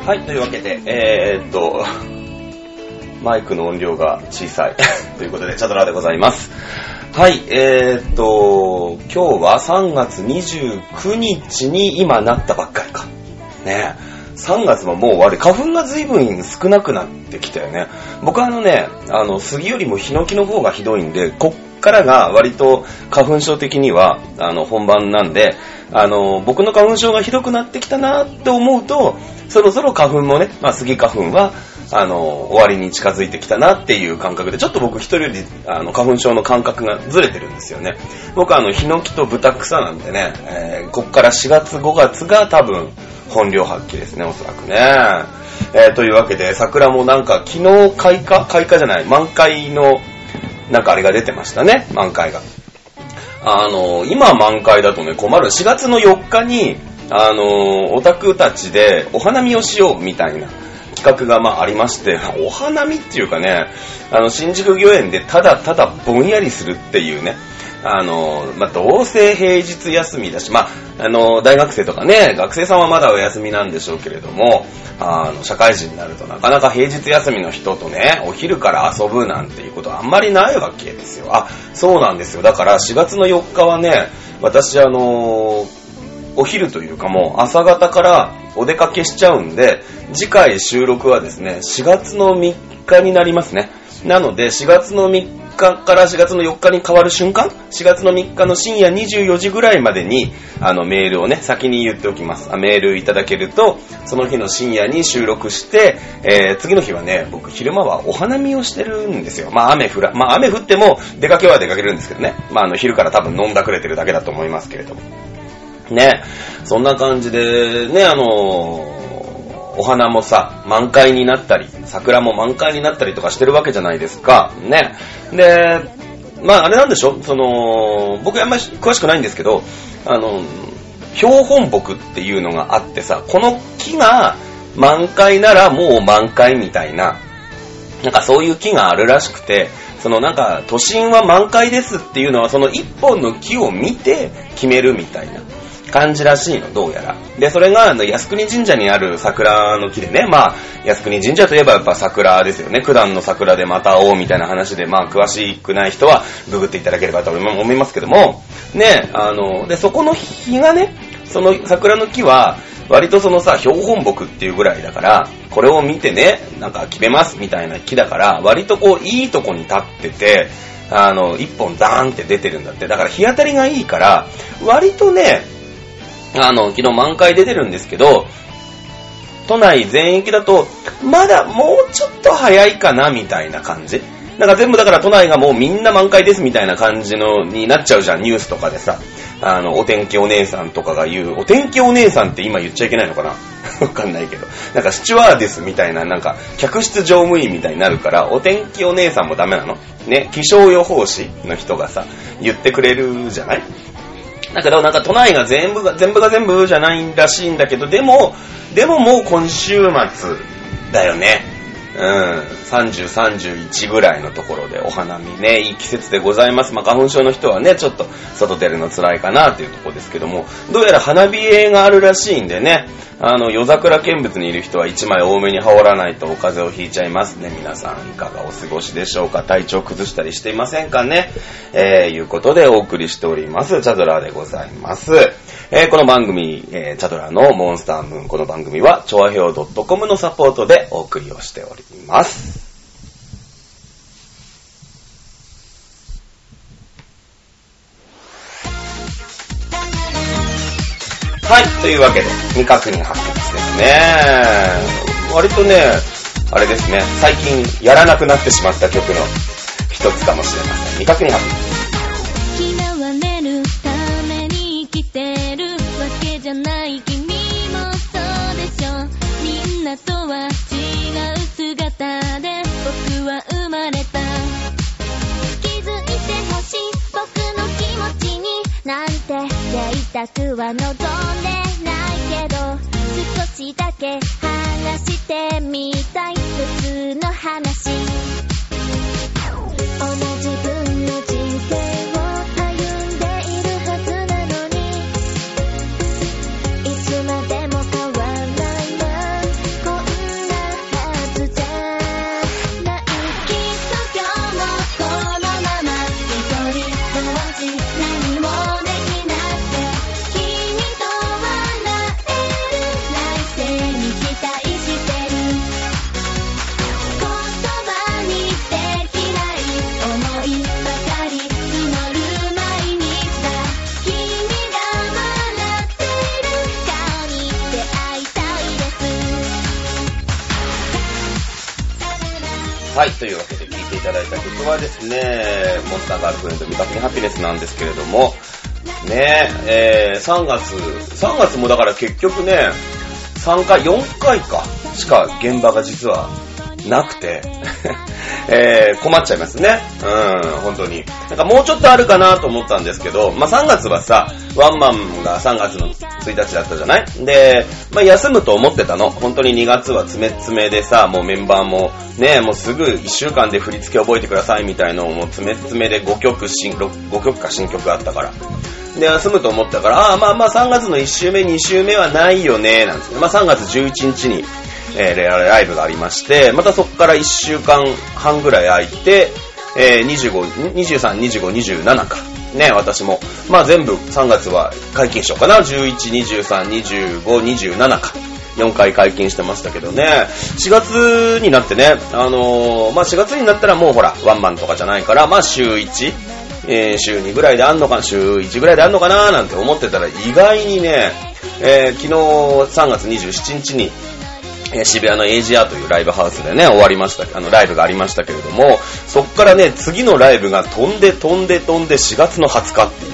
はい、というわけで、マイクの音量が小さいということでチャドラーでございます。はい、今日は3月29日に今なったばっかりかね。3月ももう終わり、花粉が随分少なくなってきたよね。僕は杉よりもヒノキの方がひどいんで、こっからが割と花粉症的には本番なんで、僕の花粉症がひどくなってきたなって思うと、そろそろ花粉もね、杉花粉は終わりに近づいてきたなっていう感覚で、ちょっと僕一人より花粉症の感覚がずれてるんですよね。僕ヒノキと豚草なんでね、こっから4月5月が多分本領発揮ですね、おそらくね。というわけで、桜もなんか昨日開花じゃない、満開のなんかあれが出てましたね、満開が。今満開だとね困る。4月の4日にオタクたちでお花見をしようみたいな企画がありまして、お花見っていうかね、新宿御苑でただただぼんやりするっていうね、どうせ平日休みだし、大学生とかね、学生さんはまだお休みなんでしょうけれども、社会人になるとなかなか平日休みの人とね、お昼から遊ぶなんていうことはあんまりないわけですよ。そうなんですよ。だから4月の4日はね、私お昼というかもう朝方からお出かけしちゃうんで、次回収録はですね、4月の3日になりますね。なので、4月の3日から4月の4日に変わる瞬間、4月の3日の深夜24時ぐらいまでに、メールをね、先に言っておきます。メールいただけると、その日の深夜に収録して、次の日はね、僕昼間はお花見をしてるんですよ。雨降っても出かけは出かけるんですけどね。昼から多分飲んだくれてるだけだと思いますけれども。ね、そんな感じでね、お花もさ、満開になったり、桜も満開になったりとかしてるわけじゃないですか。ね。で、あれなんでしょ？僕あんまり詳しくないんですけど、標本木っていうのがあってさ、この木が満開ならもう満開みたいな、なんかそういう木があるらしくて、都心は満開ですっていうのはその一本の木を見て決めるみたいな感じらしいの、どうやら。で、それが靖国神社にある桜の木でね、靖国神社といえばやっぱ桜ですよね。九段の桜でまた会おうみたいな話で、詳しくない人はググっていただければと思いますけども、ね、で、そこの日がね、その桜の木は、割と標本木っていうぐらいだから、これを見てね、なんか決めますみたいな木だから、割といいとこに立ってて、一本ザーンって出てるんだって。だから日当たりがいいから、割とね、昨日満開出てるんですけど、都内全域だと、まだもうちょっと早いかな、みたいな感じ。全部だから都内がもうみんな満開ですみたいな感じになっちゃうじゃん、ニュースとかでさ。お天気お姉さんとかが言う、お天気お姉さんって今言っちゃいけないのかなわかんないけど。スチュワーデスみたいな、客室乗務員みたいになるから、お天気お姉さんもダメなのね、気象予報士の人がさ、言ってくれるじゃない？だけど都内が全部が全部じゃないらしいんだけど、でももう今週末だよね。30、31ぐらいのところでお花見ね、いい季節でございます。花粉症の人はね、ちょっと外出るの辛いかなっていうところですけども、どうやら花冷えがあるらしいんでね、夜桜見物にいる人は1枚多めに羽織らないとお風邪をひいちゃいますね。皆さんいかがお過ごしでしょうか？体調崩したりしていませんかね？いうことでお送りしております、チャドラーでございます。この番組、チャドラーのモンスタームーン、この番組は、ちょあへお .com のサポートでお送りをしております。はい、というわけで、未確認発掘ですね。割とね、あれですね、最近やらなくなってしまった曲の一つかもしれません。未確認発掘。 じゃない君もそうでしょ。みんなとは違う姿で僕は生まれた。気づいてほしい僕の気持ちになんてやりたくは望んでないけど、少しだけ話してみたい普通の話。同じ分の人生を歩んでいるはずなのに、いつまでも変わらないわ。こはい、というわけで聴いていただいた曲はですね、モンスターガールフレンド未確認ハピネスなんですけれども、ね3月もだから結局ね、4回かしか現場が実はなくて、困っちゃいますね。本当に。なんかもうちょっとあるかなと思ったんですけど、まあ、3月はさ、ワンマンが3月の1日だったじゃない？で、まあ、休むと思ってたの。本当に2月は詰め詰めでさ、もうメンバーもね、もうすぐ1週間で振り付け覚えてくださいみたいのをもう詰め詰めで5曲か新曲あったから。で、休むと思ったから、まあ3月の1週目、2週目はないよね、なんですね。まあ3月11日に、ライブがありまして、またそこから1週間半ぐらい空いて、23、25、27か。ね、私も。まあ全部3月は解禁しようかな。11、23、25、27か。4回解禁してましたけどね。4月になってね、まあ4月になったらもうほら、ワンマンとかじゃないから、まあ週1、週2ぐらいであんのか、週1ぐらいであんのかななんて思ってたら、意外にね、昨日3月27日に、渋谷のエイジアというライブハウスでね、終わりました、ライブがありましたけれども、そっからね、次のライブが飛んで4月の20日っていう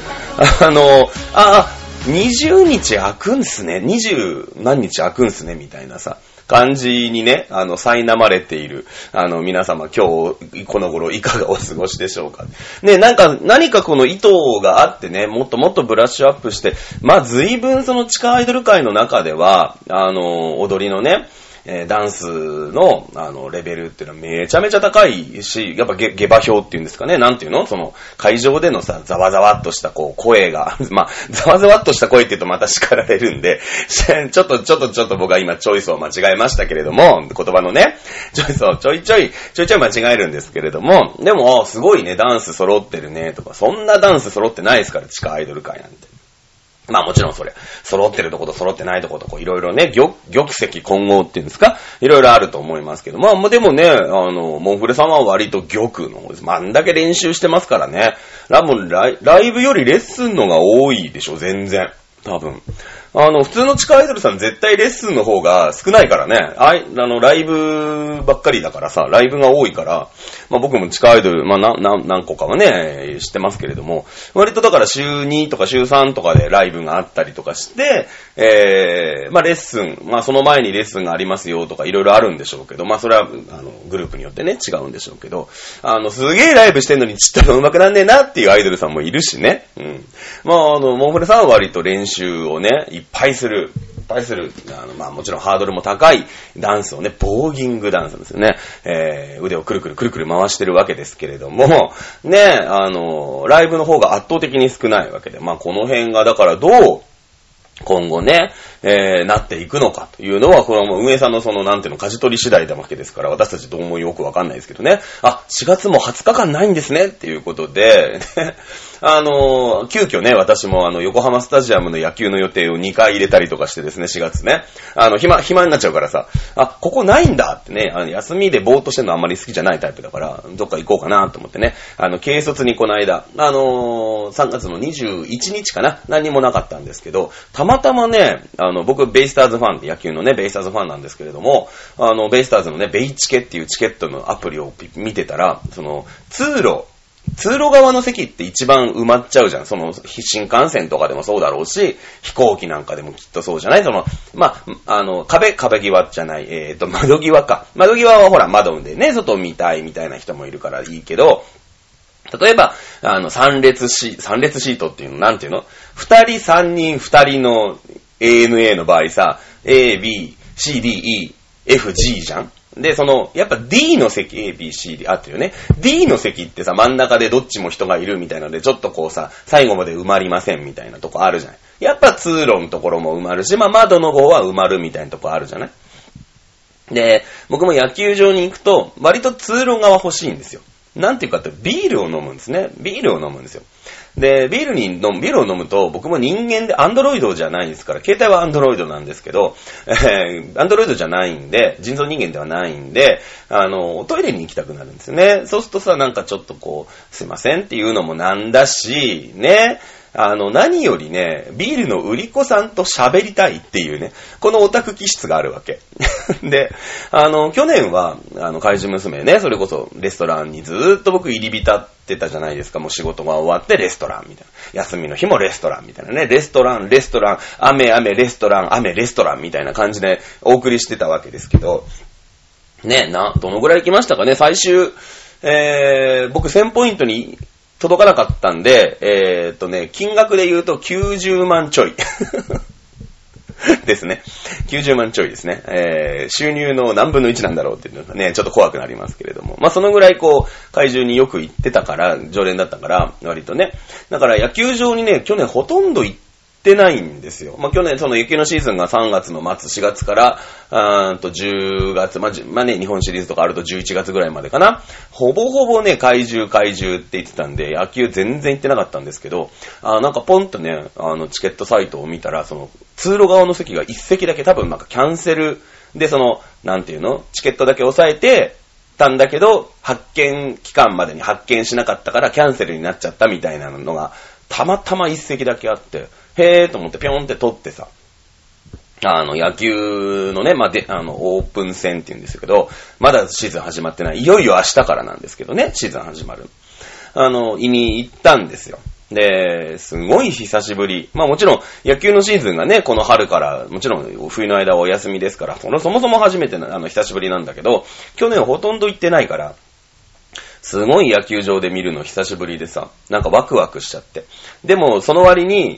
。20日空くんすね、20何日空くんすね、みたいなさ、感じにね、苛まれている、皆様、今日、この頃、いかがお過ごしでしょうか。ね、何かこの意図があってね、もっともっとブラッシュアップして、まあ、随分その地下アイドル界の中では、踊りのね、ダンスの、レベルっていうのはめちゃめちゃ高いし、やっぱ下馬評っていうんですかね、なんていうの？その、会場でのさ、ざわざわっとしたこう、声が、まあ、ざわざわっとした声って言うとまた叱られるんで、ちょっと僕は今チョイスを間違えましたけれども、言葉のね、チョイスをちょいちょい間違えるんですけれども、でも、すごいね、ダンス揃ってるね、とか、そんなダンス揃ってないですから、地下アイドル界なんて。まあもちろんそれ、揃ってるとこと揃ってないとことこういろいろね、玉石混合っていうんですか、いろいろあると思いますけど、まあでもね、モンフレさんは割と玉の方です。まああんだけ練習してますからね、ライブよりレッスンのが多いでしょ、全然。多分。普通の地下アイドルさん絶対レッスンの方が少ないからね。ライブばっかりだからさ、ライブが多いから、まあ僕も地下アイドル、まあ何個かはね、知ってますけれども、割とだから週2とか週3とかでライブがあったりとかして、まあレッスン、まあその前にレッスンがありますよとかいろいろあるんでしょうけど、まあそれは、グループによってね、違うんでしょうけど、すげえライブしてんのにちっとも上手くなんねえなっていうアイドルさんもいるしね。うん。まあモンフレさんは割と練習をね、いっぱいする。まあもちろんハードルも高いダンスをね、ボーギングダンスですよね。腕をくるくる回してるわけですけれども、ね、ライブの方が圧倒的に少ないわけで、まあこの辺がだからどう、今後ね、なっていくのかというのは、これはもう運営さんのその、なんていうの、舵取り次第だわけですから、私たちどうもよくわかんないですけどね。4月も20日間ないんですね、っていうことで、急遽ね、私も横浜スタジアムの野球の予定を2回入れたりとかしてですね、4月ね。暇になっちゃうからさ、ここないんだってね、休みでぼーっとしてるのあんまり好きじゃないタイプだから、どっか行こうかなと思ってね、軽率にこの間、3月の21日かな、何もなかったんですけど、たまたまね、僕、ベイスターズファンで野球のね、ベイスターズファンなんですけれども、ベイスターズのね、ベイチケっていうチケットのアプリを見てたら、その、通路側の席って一番埋まっちゃうじゃん。その、新幹線とかでもそうだろうし、飛行機なんかでもきっとそうじゃない？その、まあ、壁際じゃない、窓際か。窓際はほら、窓でね、外見たいみたいな人もいるからいいけど、例えば、3列シートっていうの、なんていうの？ 2人、3人、2人の ANA の場合さ、A、B、C、D、E、F、G じゃん？で、やっぱ D の席、A、B、C、D あってるよね。D の席ってさ、真ん中でどっちも人がいるみたいなので、ちょっとこうさ、最後まで埋まりませんみたいなとこあるじゃない。やっぱ通路のところも埋まるし、まあ窓の方は埋まるみたいなとこあるじゃない。で、僕も野球場に行くと、割と通路側欲しいんですよ。なんていうかってビールを飲むんですね。ビールを飲むんですよ。で、ビールを飲むと、僕も人間でアンドロイドじゃないんですから、携帯はアンドロイドなんですけど、アンドロイドじゃないんで、人造人間ではないんで、トイレに行きたくなるんですよね。そうするとさ、なんかちょっとこう、すいませんっていうのもなんだし、ね、 何よりね、ビールの売り子さんと喋りたいっていうね、このオタク気質があるわけ。で、去年は、怪獣娘ね、それこそレストランにずーっと僕入り浸ってたじゃないですか。もう仕事が終わってレストランみたいな。休みの日もレストランみたいなね。レストラン、雨、レストラン、雨、レストランみたいな感じでお送りしてたわけですけど、ね、どのぐらい行きましたかね、最終、僕1000ポイントに届かなかったんで、金額で言うと90万ちょい。ですね。90万ちょいですね。収入の何分の1なんだろうっていうのがね、ちょっと怖くなりますけれども。まあ、そのぐらいこう、怪獣によく行ってたから、常連だったから、割とね。だから野球場にね、去年ほとんど行ってないんですよ。まあ、去年その雪のシーズンが3月の末、4月から、10月、まあね、日本シリーズとかあると11月ぐらいまでかな。ほぼほぼね、怪獣って言ってたんで、野球全然行ってなかったんですけど、なんかポンとね、チケットサイトを見たら、その、通路側の席が1席だけ多分なんかキャンセルで、その、なんていうの？チケットだけ押さえてたんだけど、発券期間までに発券しなかったからキャンセルになっちゃったみたいなのが、たまたま1席だけあって、へーと思ってピョンって取ってさ、野球のね、まあ、オープン戦って言うんですけど、まだシーズン始まってない。いよいよ明日からなんですけどね、シーズン始まる。意味行ったんですよ。で、すごい久しぶり。まあもちろん野球のシーズンがね、この春から、もちろん冬の間はお休みですから、そもそも初めて久しぶりなんだけど、去年ほとんど行ってないから、すごい野球場で見るの久しぶりでさ、なんかワクワクしちゃって。でも、その割に、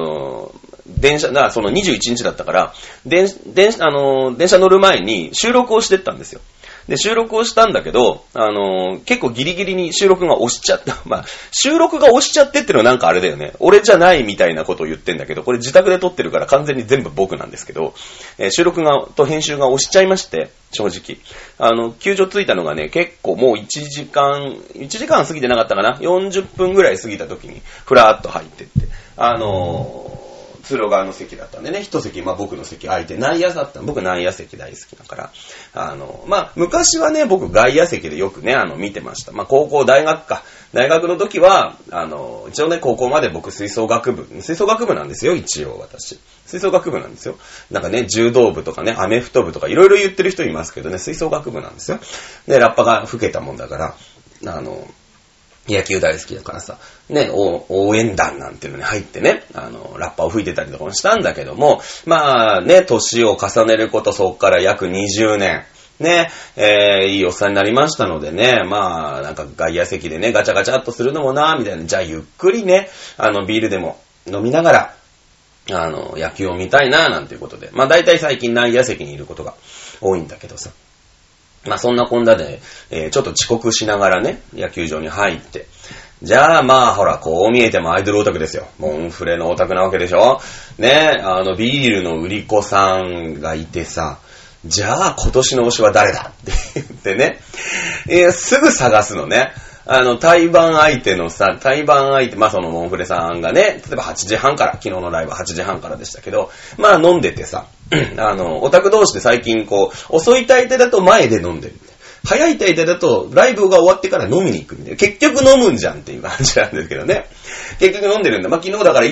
その21日だったから、電車乗る前に収録をしてったんですよ。で、収録をしたんだけど、結構ギリギリに収録が押しちゃった。まあ、収録が押しちゃってってのはなんかあれだよね。俺じゃないみたいなことを言ってんだけど、これ自宅で撮ってるから完全に全部僕なんですけど、収録と編集が押しちゃいまして、正直。球場着いたのがね、結構もう1時間過ぎてなかったかな。40分ぐらい過ぎた時に、ふらーっと入ってって、通路側の席だったんでね、一席、まあ僕の席空いて、内野だった僕内野席大好きだから、まあ昔はね、僕外野席でよくね、見てました。まあ大学の時は、一応ね、高校まで僕吹奏楽部なんですよ、一応私。吹奏楽部なんですよ。なんかね、柔道部とかね、アメフト部とかいろいろ言ってる人いますけどね、吹奏楽部なんですよ。で、ラッパが吹けたもんだから、野球大好きだからさ、ね、応援団なんていうのに入ってね、ラッパを吹いてたりとかもしたんだけども、まあね、年を重ねること、そっから約20年、ね、いいおっさんになりましたのでね、まあ、なんか外野席でね、ガチャガチャっとするのもな、みたいな、じゃあゆっくりね、ビールでも飲みながら、野球を見たいな、なんていうことで、まあ大体最近内野席にいることが多いんだけどさ、まあそんなこんなで、ちょっと遅刻しながらね、野球場に入って、じゃあまあほら、こう見えてもアイドルオタクですよ。モンフレのオタクなわけでしょ。ね、ビールの売り子さんがいてさ、じゃあ今年の推しは誰だって言ってね、すぐ探すのね。対バン相手、まあそのモンフレさんがね、例えば8時半から、昨日のライブ8時半からでしたけど、まあ飲んでてさ、オタク同士で最近こう、遅い大抵だと前で飲んでる。早い大抵だとライブが終わってから飲みに行くみたいな。結局飲むんじゃんっていう感じなんですけどね。結局飲んでるんだ。まあ昨日だから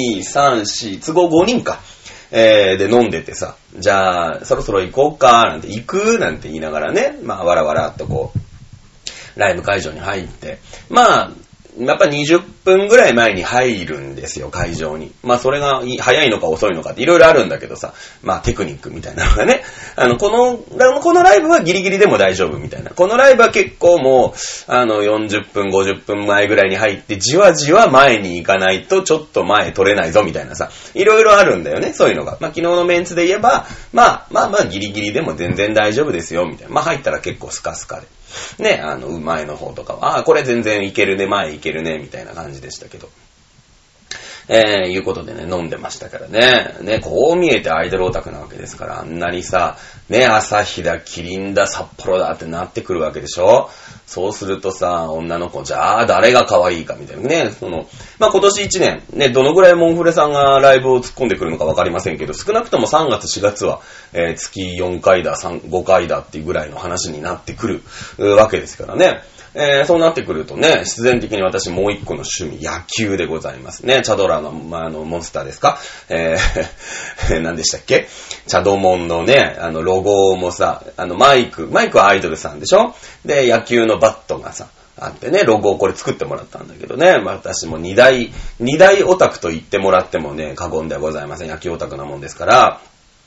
1、2、3、4、都合5人か。で飲んでてさ、じゃあそろそろ行こうか、なんて行くなんて言いながらね、まあわらわらっとこう、ライブ会場に入って、まあ、やっぱ20分ぐらい前に入るんですよ、会場に。まあそれが早いのか遅いのかっていろいろあるんだけどさ、まあテクニックみたいなのがね、このライブはギリギリでも大丈夫みたいな。このライブは結構もう、40分、50分前ぐらいに入って、じわじわ前に行かないとちょっと前取れないぞみたいなさ、いろいろあるんだよね、そういうのが。まあ昨日のメンツで言えば、まあギリギリでも全然大丈夫ですよ、みたいな。まあ入ったら結構スカスカで。ね、前の方とかは、これ全然いけるね、前いけるね、みたいな感じでしたけど。いうことでね、飲んでましたからね。ね、こう見えてアイドルオタクなわけですから、あんなにさ、ね、朝日だ、キリンだ、札幌だってなってくるわけでしょ。そうするとさ、女の子、じゃあ誰が可愛いかみたいなね、まあ、今年1年、ね、どのぐらいモンフレさんがライブを突っ込んでくるのかわかりませんけど、少なくとも3月4月は、月4回だ、5回だっていうぐらいの話になってくるわけですからね。 そうなってくるとね、必然的に私もう一個の趣味、野球でございますね。チャドラの、モンスターですか何でしたっけ？チャドモンのね、ロゴもさ、マイクはアイドルさんでしょ？で、野球のバットがさ、あってね、ロゴをこれ作ってもらったんだけどね、私も二大オタクと言ってもらってもね、過言ではございません。野球オタクなもんですから、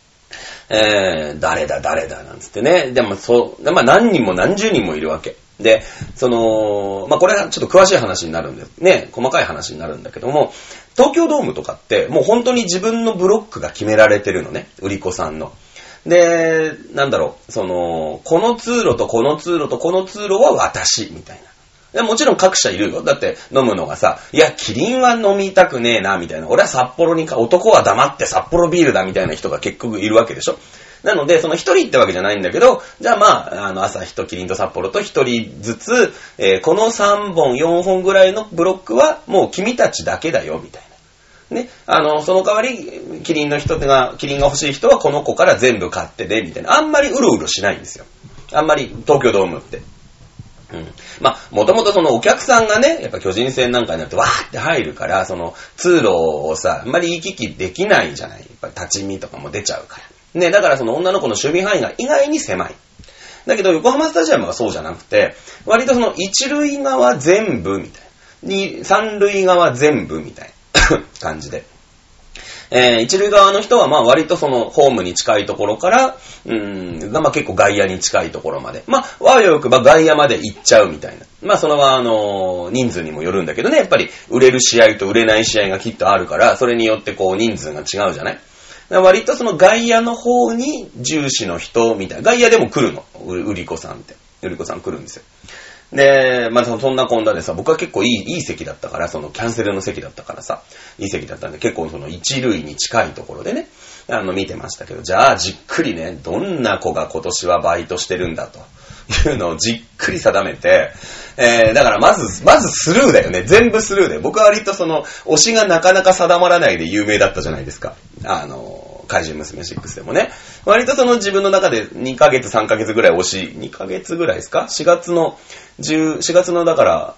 誰だなんつってね。でも何人も何十人もいるわけ。で、これはちょっと詳しい話になるんで、ね、細かい話になるんだけども、東京ドームとかって、もう本当に自分のブロックが決められてるのね、売り子さんの。で、この通路とこの通路とこの通路は私、みたいな。でもちろん各社いるよ。だって飲むのがさ、いや、キリンは飲みたくねえな、みたいな。俺は札幌男は黙って札幌ビールだ、みたいな人が結局いるわけでしょ。なので、一人ってわけじゃないんだけど、じゃあ朝日とキリンと札幌と一人ずつ、この3本、4本ぐらいのブロックはもう君たちだけだよ、みたいな。ね。その代わり、キリンが欲しい人はこの子から全部買ってね、みたいな。あんまりうろうろしないんですよ。あんまり東京ドームって。もともとお客さんがね、やっぱ巨人戦なんかになるとわーって入るから、通路をさ、あんまり行き来できないじゃない。やっぱ立ち見とかも出ちゃうから。ね、だから女の子の守備範囲が意外に狭い。だけど横浜スタジアムはそうじゃなくて、割と一塁側全部みたいな。三塁側全部みたいな感じで。一塁側の人は割とホームに近いところから、結構外野に近いところまで。わよくば外野まで行っちゃうみたいな。それは人数にもよるんだけどね、やっぱり売れる試合と売れない試合がきっとあるから、それによって人数が違うじゃない？割と外野の方に重視の人みたいな。外野でも来るの。売り子さんって。売り子さん来るんですよ。で、そんなこんなでさ、僕は結構いい席だったから、キャンセルの席だったからさ、いい席だったんで、結構一塁に近いところでね、見てましたけど、じゃあじっくりね、どんな子が今年はバイトしてるんだというのをじっくり定めて、だからまずスルーだよね。全部スルーで。僕は割と推しがなかなか定まらないで有名だったじゃないですか。怪獣娘6でもね。割と自分の中で2ヶ月3ヶ月ぐらい推し、2ヶ月ぐらいですか ?4 月のだから、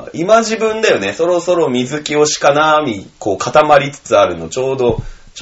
今自分だよね。そろそろ水木推しかな固まりつつあるのちょうど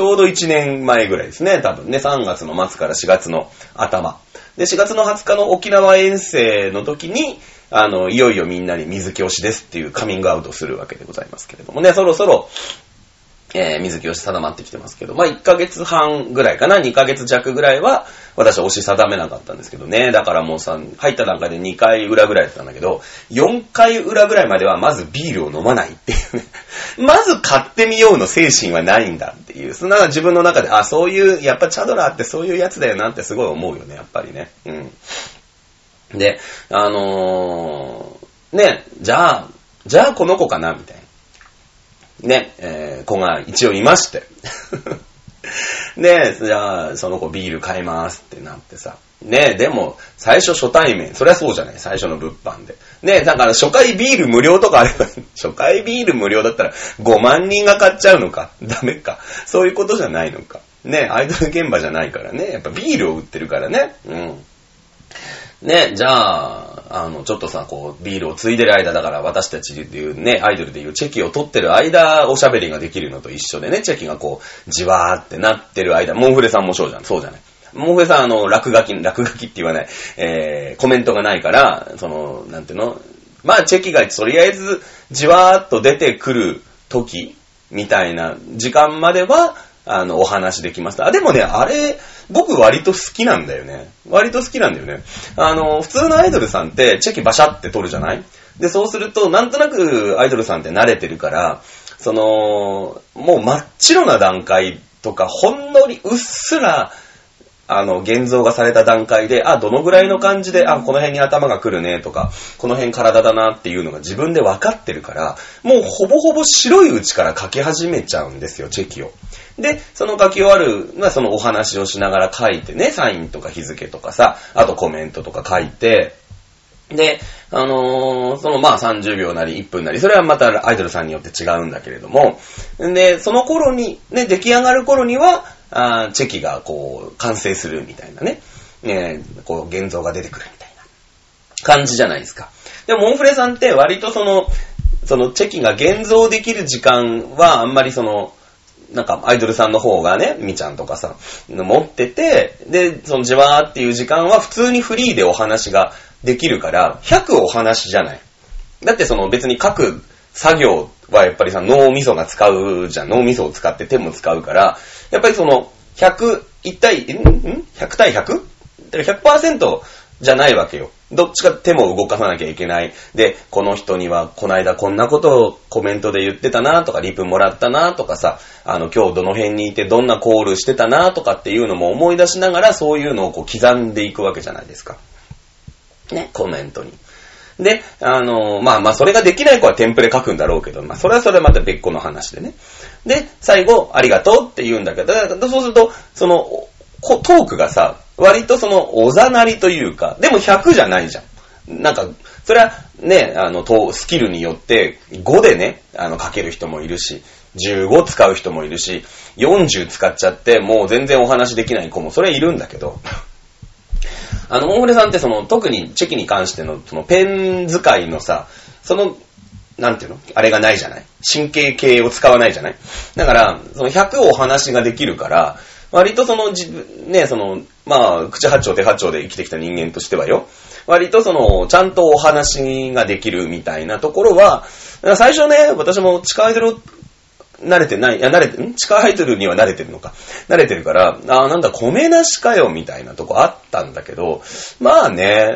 1年前ぐらいですね。多分ね、3月の末から4月の頭。で、4月の20日の沖縄遠征の時に、いよいよみんなに水木推しですっていうカミングアウトするわけでございますけれどもね、そろそろ、水木推し定まってきてますけど、1ヶ月半ぐらいかな、2ヶ月弱ぐらいは、私は推し定めなかったんですけどね。だからもうさ、入った段階で2回裏ぐらいだったんだけど、4回裏ぐらいまではまずビールを飲まないっていうね。まず買ってみようの精神はないんだっていう。自分の中で、そういう、やっぱチャドラーってそういうやつだよなってすごい思うよね、やっぱりね。で、ね、じゃあこの子かな、みたいな。ね、子が一応いまして。で、じゃあ、その子ビール買いますってなってさ。ね、でも、最初初対面。そりゃそうじゃない、最初の物販で。ね、だから初回ビール無料とかあれば、初回ビール無料だったら5万人が買っちゃうのか。ダメか。そういうことじゃないのか。ね、アイドル現場じゃないからね。やっぱビールを売ってるからね。ね、じゃあ、ちょっとさ、ビールをついでる間だから、私たちでいうね、アイドルでいうチェキを取ってる間、おしゃべりができるのと一緒でね、チェキがじわーってなってる間、モンフレさんもそうじゃない。モンフレさん落書きって言わない、コメントがないから、なんていうの、チェキがとりあえず、じわーっと出てくる時、みたいな時間までは、お話できました。でもね、あれ、僕割と好きなんだよね。普通のアイドルさんってチェキバシャって取るじゃない？で、そうすると、なんとなくアイドルさんって慣れてるから、もう真っ白な段階とか、ほんのりうっすら、現像がされた段階で、どのぐらいの感じで、この辺に頭が来るねとか、この辺体だなっていうのが自分で分かってるから、もうほぼほぼ白いうちから書き始めちゃうんですよ、チェキを。で、その書き終わる、そのお話をしながら書いてね、サインとか日付とかさ、あとコメントとか書いて、で、30秒なり1分なり、それはまたアイドルさんによって違うんだけれども、で、その頃に、ね、出来上がる頃には、チェキが完成するみたいなね、現像が出てくるみたいな感じじゃないですか。 でもモンフレさんって割とそのチェキが現像できる時間はあんまりなんかアイドルさんの方がね、みちゃんとかさ、持ってて、で、じわーっていう時間は普通にフリーでお話ができるから、100お話じゃない。だって別に書く作業はやっぱりさ、脳みそが使うじゃん。脳みそを使って手も使うから、やっぱり100対 100? だから 100% じゃないわけよ。どっちか手も動かさなきゃいけない。で、この人にはこの間こんなことをコメントで言ってたなとか、リプもらったなとかさ、今日どの辺にいてどんなコールしてたなとかっていうのも思い出しながら、そういうのを刻んでいくわけじゃないですか。ね、コメントに。で、それができない子はテンプレ書くんだろうけど、それはそれまた別個の話でね。で、最後、ありがとうって言うんだけど、そうすると、トークがさ、割とおざなりというか、でも100じゃないじゃん。なんか、それはね、スキルによって5でね、書ける人もいるし、15使う人もいるし、40使っちゃって、もう全然お話できない子もそれはいるんだけど、モンフレさんって特にチェキに関してのペン使いのさ、なんていうのあれがないじゃない、神経系を使わないじゃない。だから、100お話ができるから、割と口八丁手八丁で生きてきた人間としてはよ、割とちゃんとお話ができるみたいなところは、最初ね、私も地下アイドル慣れてない、地下アイドルには慣れてるのか。慣れてるから、なんだ、米なしかよ、みたいなとこあったんだけど、まあね、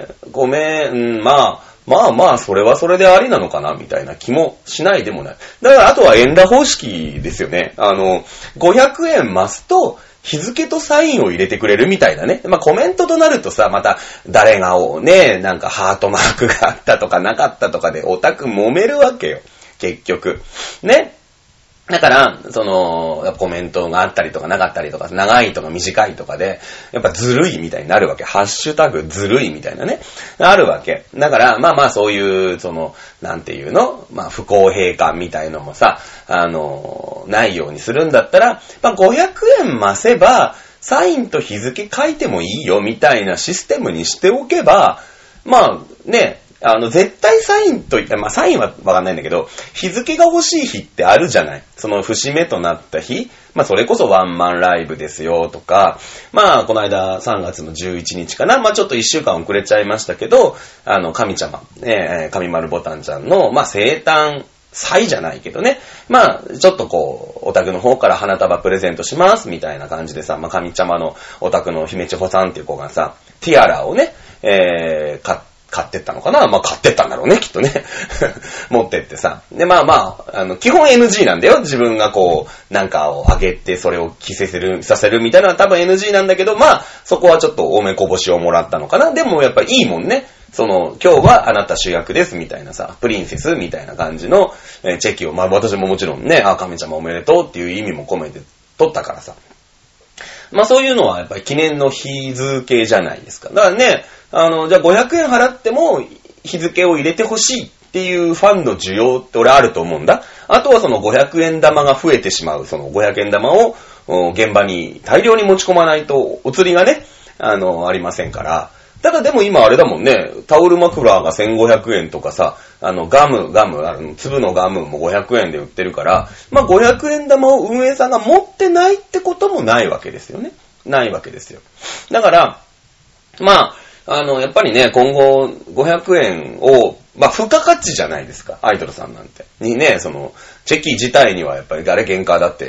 それはそれでありなのかな、みたいな気もしないでもない。だから、あとは円羅方式ですよね。500円増すと、日付とサインを入れてくれるみたいなね。コメントとなるとさ、また、誰がね、なんかハートマークがあったとかなかったとかで、オタク揉めるわけよ。結局。ね。だから、コメントがあったりとかなかったりとか、長いとか短いとかで、やっぱずるいみたいになるわけ。ハッシュタグずるいみたいなね。あるわけ。だから、そういう、なんていうの？不公平感みたいのもさ、ないようにするんだったら、500円増せば、サインと日付書いてもいいよみたいなシステムにしておけば、ね、絶対サインといったら、サインはわかんないんだけど、日付が欲しい日ってあるじゃない。節目となった日、それこそワンマンライブですよとか、この間3月の11日かな、ちょっと1週間遅れちゃいましたけど、神ちゃま、神丸ボタンちゃんの、生誕祭じゃないけどね、ちょっとお宅の方から花束プレゼントします、みたいな感じでさ、神ちゃまのお宅の姫千穂さんっていう子がさ、ティアラをね、買ってったのかな、買ってったんだろうね、きっとね。持ってってさ。で、基本 NG なんだよ。自分がなんかをあげて、それを着せさせるみたいなのは多分 NG なんだけど、そこはちょっと多めこぼしをもらったのかな。でもやっぱりいいもんね。今日はあなた主役です、みたいなさ、プリンセスみたいな感じの、チェキを、私ももちろんね、亀ちゃんもおめでとうっていう意味も込めて取ったからさ。そういうのはやっぱり記念の日付じゃないですか。だからね、じゃあ500円払っても日付を入れてほしいっていうファンの需要って俺あると思うんだ。あとは500円玉が増えてしまう、500円玉を現場に大量に持ち込まないとお釣りがね、ありませんから。ただでも今あれだもんね、タオルマフラーが1500円とかさ、ガム、粒のガムも500円で売ってるから、500円玉を運営さんが持ってないってこともないわけですよね。ないわけですよ。だから、やっぱりね、今後500円を、付加価値じゃないですか、アイドルさんなんて。にね、チェキ自体にはやっぱり原価だって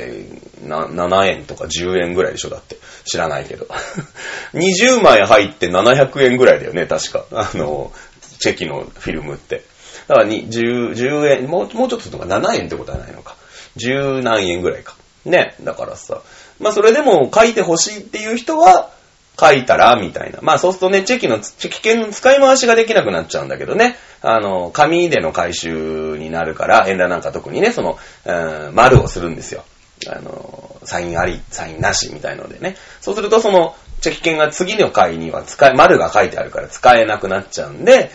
、7円とか10円ぐらいでしょ、だって。知らないけど。20枚入って700円ぐらいだよね、確か。チェキのフィルムって。だから10円、もうちょっとするのか、7円ってことはないのか。10何円ぐらいか。ね、だからさ。それでも書いてほしいっていう人は、書いたら、みたいな。そうするとね、チェキ券の使い回しができなくなっちゃうんだけどね。紙での回収になるから、円羅なんか特にね、丸をするんですよ。サインあり、サインなしみたいのでね。そうするとチェキ券が次の回には丸が書いてあるから使えなくなっちゃうんで、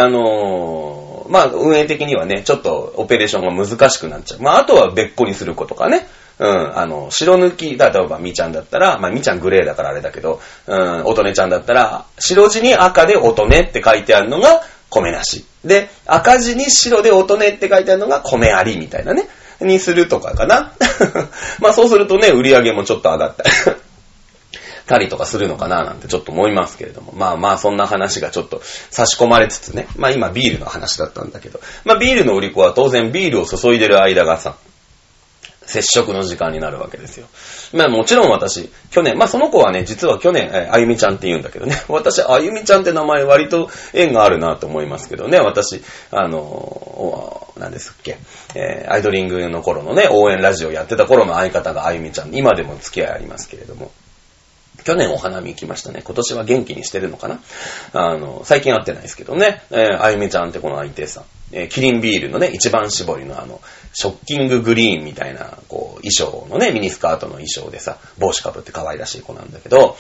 運営的にはね、ちょっとオペレーションが難しくなっちゃう。あとは別個にすることかね。白抜き、例えばみちゃんだったら、みちゃんグレーだからあれだけど、おとねちゃんだったら、白地に赤でおとねって書いてあるのが、 米なし。で、赤字に白で音ねって書いてあるのが米ありみたいなね。にするとかかな。まあそうするとね、売り上げもちょっと上がったたりとかするのかななんてちょっと思いますけれども。まあまあそんな話がちょっと差し込まれつつね。まあ今ビールの話だったんだけど。まあビールの売り子は当然ビールを注いでる間がさ、接触の時間になるわけですよ。まあもちろん私、去年、まあその子はね、実は去年、あゆみちゃんって言うんだけどね。私、あゆみちゃんって名前割と縁があるなと思いますけどね。私、何ですっけ、アイドリングの頃のね、応援ラジオやってた頃の相方があゆみちゃん。今でも付き合いありますけれども。去年お花見行きましたね。今年は元気にしてるのかな。最近会ってないですけどね。あゆみちゃんってこの相手さん。キリンビールのね、一番搾りのショッキンググリーンみたいな、こう、衣装のね、ミニスカートの衣装でさ、帽子かぶって可愛らしい子なんだけど、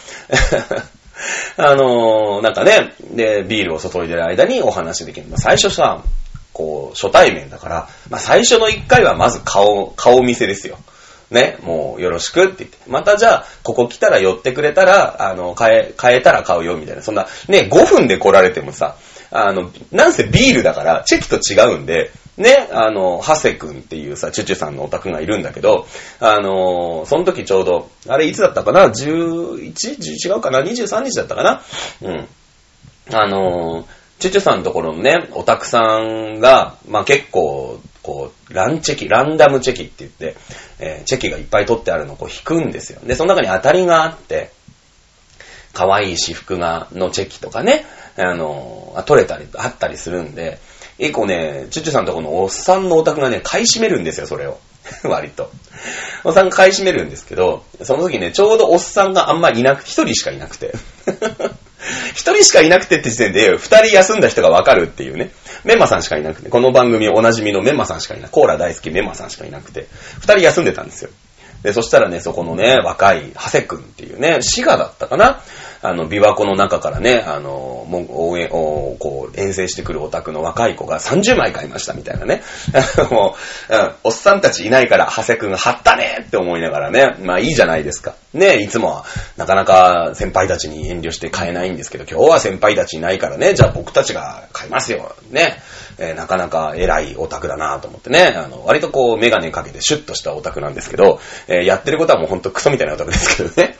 なんかね、で、ビールを注いでる間にお話できる。最初さ、こう、初対面だから、まあ最初の一回はまず顔見せですよ。ね、もうよろしくって言って。またじゃあ、ここ来たら寄ってくれたら、買えたら買うよみたいな。そんな、ね、5分で来られてもさ、なんせビールだから、チェキと違うんで、ね、ハセ君っていうさ、チュチュさんのオタクがいるんだけど、その時ちょうど、あれいつだったかな ?11? 違うかな ?23 日だったかなうん。チュチュさんのところのね、オタクさんが、まあ結構、こう、ランダムチェキって言って、チェキがいっぱい取ってあるのをこう引くんですよ。で、その中に当たりがあって、可愛い私服のチェキとかね、取れたり、あったりするんで、結構ね、チュチュさんとこのおっさんのオタクがね、買い占めるんですよ、それを。割と。おっさんが買い占めるんですけど、その時ね、ちょうどおっさんがあんまいなくて、一人しかいなくて。一人しかいなくてって時点で、二人休んだ人がわかるっていうね。メンマさんしかいなくて、この番組おなじみのメンマさんしかいない。コーラ大好きメンマさんしかいなくて、二人休んでたんですよ。で、そしたらね、そこのね、若い、ハセ君っていうね、滋賀だったかな琵琶湖の中からね、応援を、こう、遠征してくるオタクの若い子が30枚買いましたみたいなね。もう、おっさんたちいないから、ハセ君が張ったねって思いながらね、まあいいじゃないですか。ね、いつもは、なかなか先輩たちに遠慮して買えないんですけど、今日は先輩たちいないからね、じゃあ僕たちが買いますよ。ね。なかなか偉いオタクだなと思ってね、割とこう、メガネかけてシュッとしたオタクなんですけど、やってることはもうほんとクソみたいなオタクですけどね。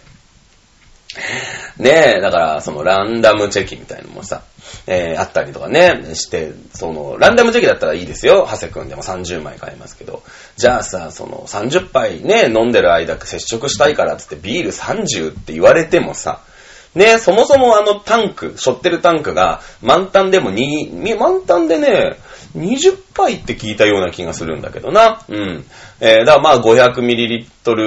ねえ、だから、そのランダムチェキみたいなのもさ、あったりとかね、して、その、ランダムチェキだったらいいですよ。ハセ君でも30枚買えますけど。じゃあさ、その、30杯ね、飲んでる間接触したいからつってビール30って言われてもさ、ね、そもそもタンク、背負ってるタンクが満タンでも満タンでね、20杯って聞いたような気がするんだけどな。うん。だからまあ 500ml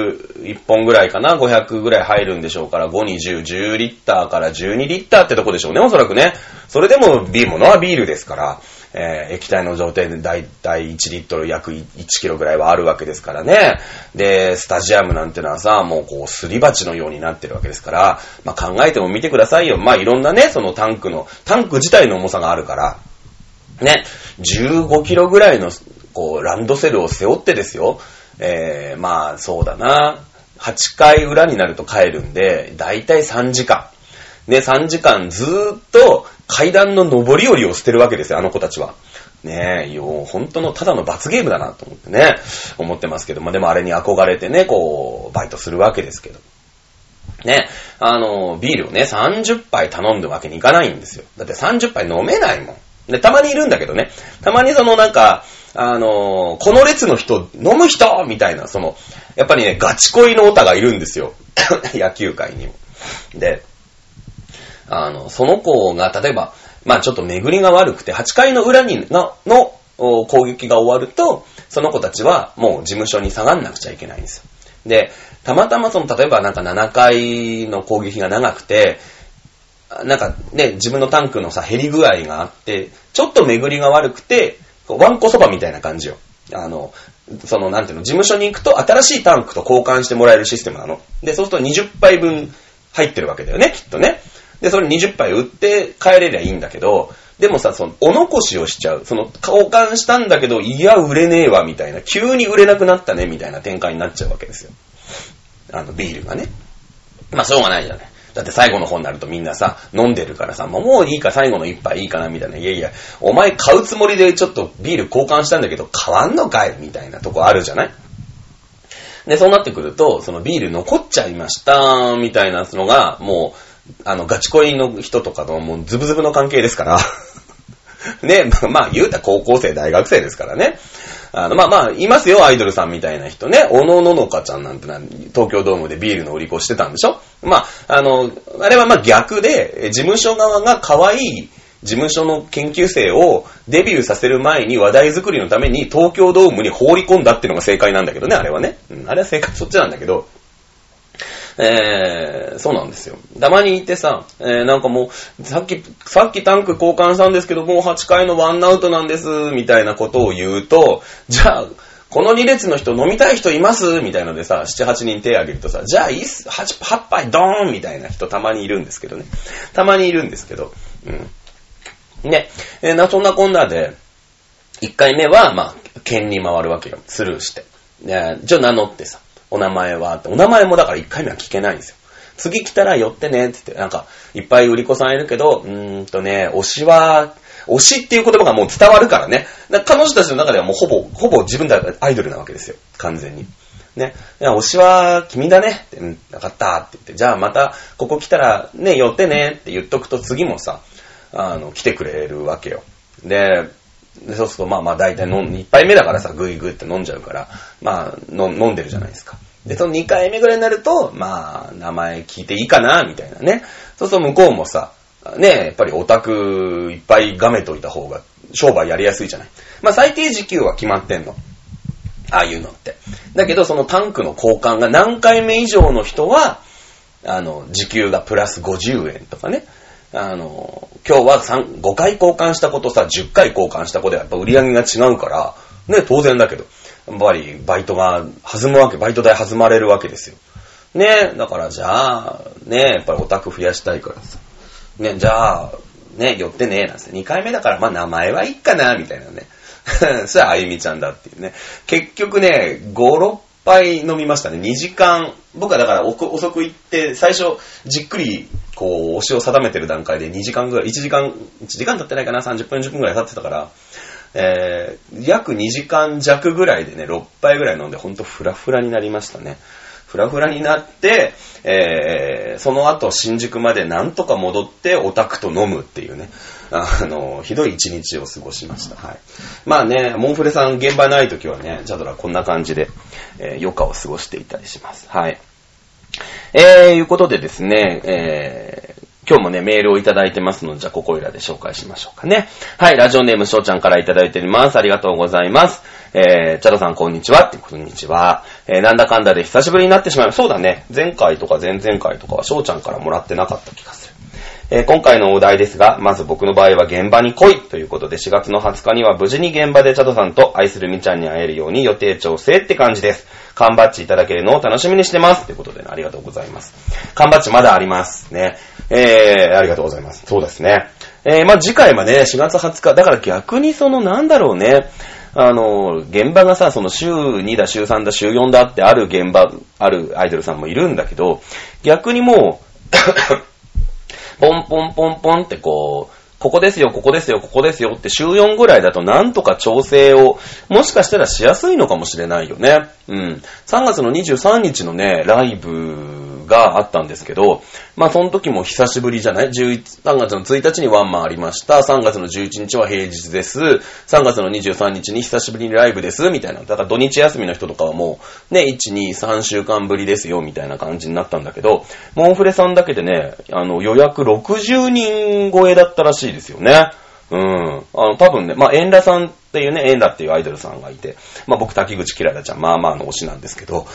1本ぐらいかな。500ぐらい入るんでしょうから、5、20、10リッターから12リッターってとこでしょうね、おそらくね。それでもものはビールですから、液体の状態でだいたい1リットル約1キロぐらいはあるわけですからね。で、スタジアムなんてのはさ、もうこうすり鉢のようになってるわけですから、まあ考えてもみてくださいよ。まあいろんなね、そのタンク自体の重さがあるから、ね、15キロぐらいの、こう、ランドセルを背負ってですよ。まあ、そうだな。8回裏になると帰るんで、だいたい3時間。ね、3時間ずーっと階段の上り下りをしてるわけですよ、あの子たちは。ねえ、本当のただの罰ゲームだなと思ってね、思ってますけど、まあでもあれに憧れてね、こう、バイトするわけですけど。ね、ビールをね、30杯頼んでるわけにいかないんですよ。だって30杯飲めないもん。で、たまにいるんだけどね。たまにそのなんか、この列の人、飲む人みたいな、やっぱりね、ガチ恋のオタがいるんですよ。野球界にも。で、その子が、例えば、まあちょっと巡りが悪くて、8回の裏の攻撃が終わると、その子たちはもう事務所に下がんなくちゃいけないんですよ。で、たまたま例えばなんか7回の攻撃が長くて、なんかね、自分のタンクのさ、減り具合があって、ちょっと巡りが悪くて、ワンコそばみたいな感じよ。なんていうの、事務所に行くと新しいタンクと交換してもらえるシステムなの。で、そうすると20杯分入ってるわけだよね、きっとね。で、それ20杯売って帰れりゃいいんだけど、でもさ、お残しをしちゃう。交換したんだけど、いや、売れねえわ、みたいな。急に売れなくなったね、みたいな展開になっちゃうわけですよ。ビールがね。まあ、しょうがないじゃない。 だって最後の方になるとみんなさ、飲んでるからさ、もういいか、最後の一杯いいかな、みたいな。いやいや、お前買うつもりでちょっとビール交換したんだけど、買わんのかいみたいなとこあるじゃない？で、そうなってくると、そのビール残っちゃいました、みたいなのが、もう、ガチ恋の人とかのもうズブズブの関係ですから。ね、まあ言うたら高校生、大学生ですからね。いますよ、アイドルさんみたいな人ね。小野ののかちゃんなんて東京ドームでビールの売り子してたんでしょ？あれは逆で、事務所側が可愛い事務所の研究生をデビューさせる前に話題作りのために東京ドームに放り込んだっていうのが正解なんだけどね、あれはね。あれは正解、そっちなんだけど。そうなんですよ。たまにいてさ、なんかもう、さっきタンク交換したんですけど、もう8回のワンアウトなんです、みたいなことを言うと、じゃあ、この2列の人飲みたい人いますみたいなのでさ、7、8人手挙げるとさ、じゃあいいっす、8杯ドーンみたいな人たまにいるんですけどね。たまにいるんですけど、ね、そんなこんなで、1回目は、剣に回るわけよ。スルーして。じゃあ名乗ってさ、お名前はって、お名前もだから1回目は聞けないんですよ。次来たら寄ってねって言って、なんか、いっぱい売り子さんいるけど、推しっていう言葉がもう伝わるからね。彼女たちの中ではもうほぼ自分でアイドルなわけですよ。完全に。ね。推しは君だねって、なかったって言って、じゃあまたここ来たらね、寄ってねって言っとくと次もさ、来てくれるわけよ。で、そうすると大体1杯目だからさ、ぐいぐいって飲んじゃうから、飲んでるじゃないですか。で、その2回目ぐらいになると、名前聞いていいかな、みたいなね。そうすると向こうもさ、ね、やっぱりオタクいっぱいがめといた方が商売やりやすいじゃない。最低時給は決まってんの。ああいうのって。だけど、そのタンクの交換が何回目以上の人は、時給がプラス50円とかね。今日は5回交換した子とさ、10回交換した子ではやっぱ売り上げが違うから、ね、当然だけど、やっぱりバイトが弾むわけ、バイト代弾まれるわけですよ。ね、だからじゃあ、ね、やっぱりオタク増やしたいからさ、ね、じゃあ、ね、寄ってね、なんて2回目だから名前はいいかな、みたいなね。それはあゆみちゃんだっていうね。結局ね、5、6杯飲みましたね。2時間、僕はだから遅く行って、最初、じっくり、推しを定めてる段階で2時間ぐらい、1時間経ってないかな、30分、10分ぐらい経ってたから、約2時間弱ぐらいでね、6杯ぐらい飲んで、ほんとフラフラになりましたね。フラフラになって、その後新宿までなんとか戻ってオタクと飲むっていうね、ひどい一日を過ごしました。はい。モンフレさん現場ない時はね、チャドラこんな感じで、余暇を過ごしていたりします。はい。いうことでですね、今日もね、メールをいただいてますので、じゃあここいらで紹介しましょうかね。はい、ラジオネームしょうちゃんからいただいております。ありがとうございます。チャドさんこんにちはこんにちは。なんだかんだで久しぶりになってしまいます。そうだね。前回とか前々回とかはしょうちゃんからもらってなかった気がする。今回のお題ですが、まず僕の場合は現場に来いということで、4月の20日には無事に現場でチャドさんと愛するみちゃんに会えるように予定調整って感じです。缶バッジいただけるのを楽しみにしてます。ということで、ね、ありがとうございます。缶バッジまだありますね。ありがとうございます。そうですね。次回はね、4月20日、だから逆になんだろうね、現場がさ、週2だ、週3だ、週4だってある現場、あるアイドルさんもいるんだけど、逆にもう、ポンポンポンポンってここですよ、ここですよ、ここですよって週4ぐらいだとなんとか調整をもしかしたらしやすいのかもしれないよね。3月の23日のね、ライブがあったんですけど、その時も久しぶりじゃない ?3 月の1日にワンマンありました。3月の11日は平日です。3月の23日に久しぶりにライブです。みたいな。だから土日休みの人とかはもう、ね、1、2、3週間ぶりですよ。みたいな感じになったんだけど、モンフレさんだけでね、予約60人超えだったらしいですよね。多分ね、エンラさんっていうね、エンラっていうアイドルさんがいて、僕滝口キララちゃん、の推しなんですけど、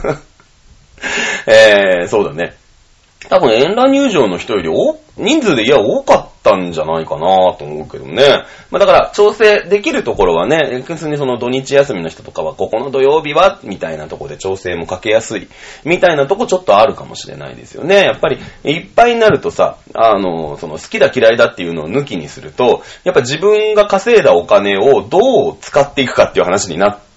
そうだね。多分、遠覧入場の人より人数で多かったんじゃないかなと思うけどね。だから、調整できるところはね、別に土日休みの人とかは、ここの土曜日は、みたいなところで調整もかけやすい、みたいなとこちょっとあるかもしれないですよね。やっぱり、いっぱいになるとさ、好きだ嫌いだっていうのを抜きにすると、やっぱ自分が稼いだお金をどう使っていくかっていう話になっ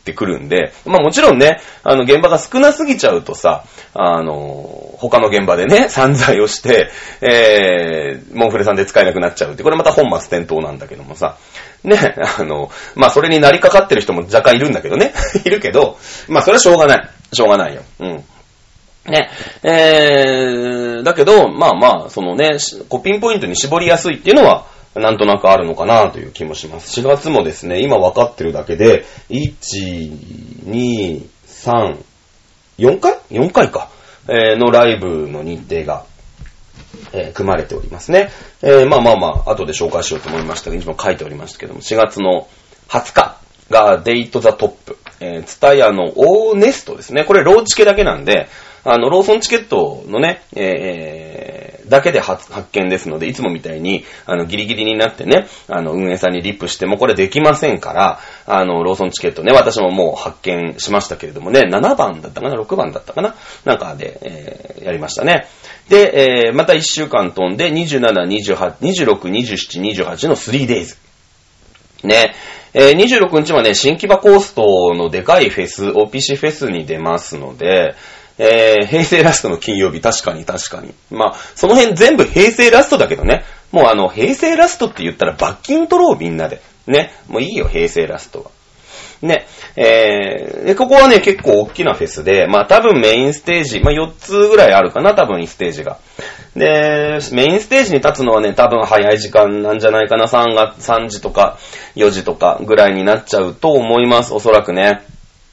ってくるんで、まあもちろんね、現場が少なすぎちゃうとさ、他の現場でね、散財をして、モンフレさんで使えなくなっちゃうって、これまた本末転倒なんだけどもさ、ね、まあそれになりかかってる人も若干いるんだけどね、いるけど、まあそれはしょうがないよ。うん。ね、だけど、まあまあ、そのね、ピンポイントに絞りやすいっていうのは、なんとなくあるのかなという気もします。4月もですね、今分かってるだけで、1、2、3、4回 ?4 回か、のライブの日程が、組まれておりますね。まあ、後で紹介しようと思いましたが、一番書いておりましたけども、4月の20日がデイトザトップ、ツタヤのオーネストですね。これローチケだけなんで、ローソンチケットのね、だけで発券ですので、いつもみたいに、ギリギリになってね、運営さんにリップしてもこれできませんから、ローソンチケットね、私ももう発券しましたけれどもね、7番だったかな、6番だったかな、なんかで、やりましたね。で、また1週間飛んで、27、28、26、27、28の 3days。ね。26日はね、新木場コーストのでかいフェス、OPC フェスに出ますので、平成ラストの金曜日、確かに。まあ、その辺全部平成ラストだけどね。もう平成ラストって言ったら罰金取ろうみんなで。ね。もういいよ、平成ラストは。ね。で、ここはね、結構大きなフェスで、まあ多分メインステージ、まあ4つぐらいあるかな、多分1ステージが。で、メインステージに立つのはね、多分早い時間なんじゃないかな、3時とか4時とかぐらいになっちゃうと思います、おそらくね。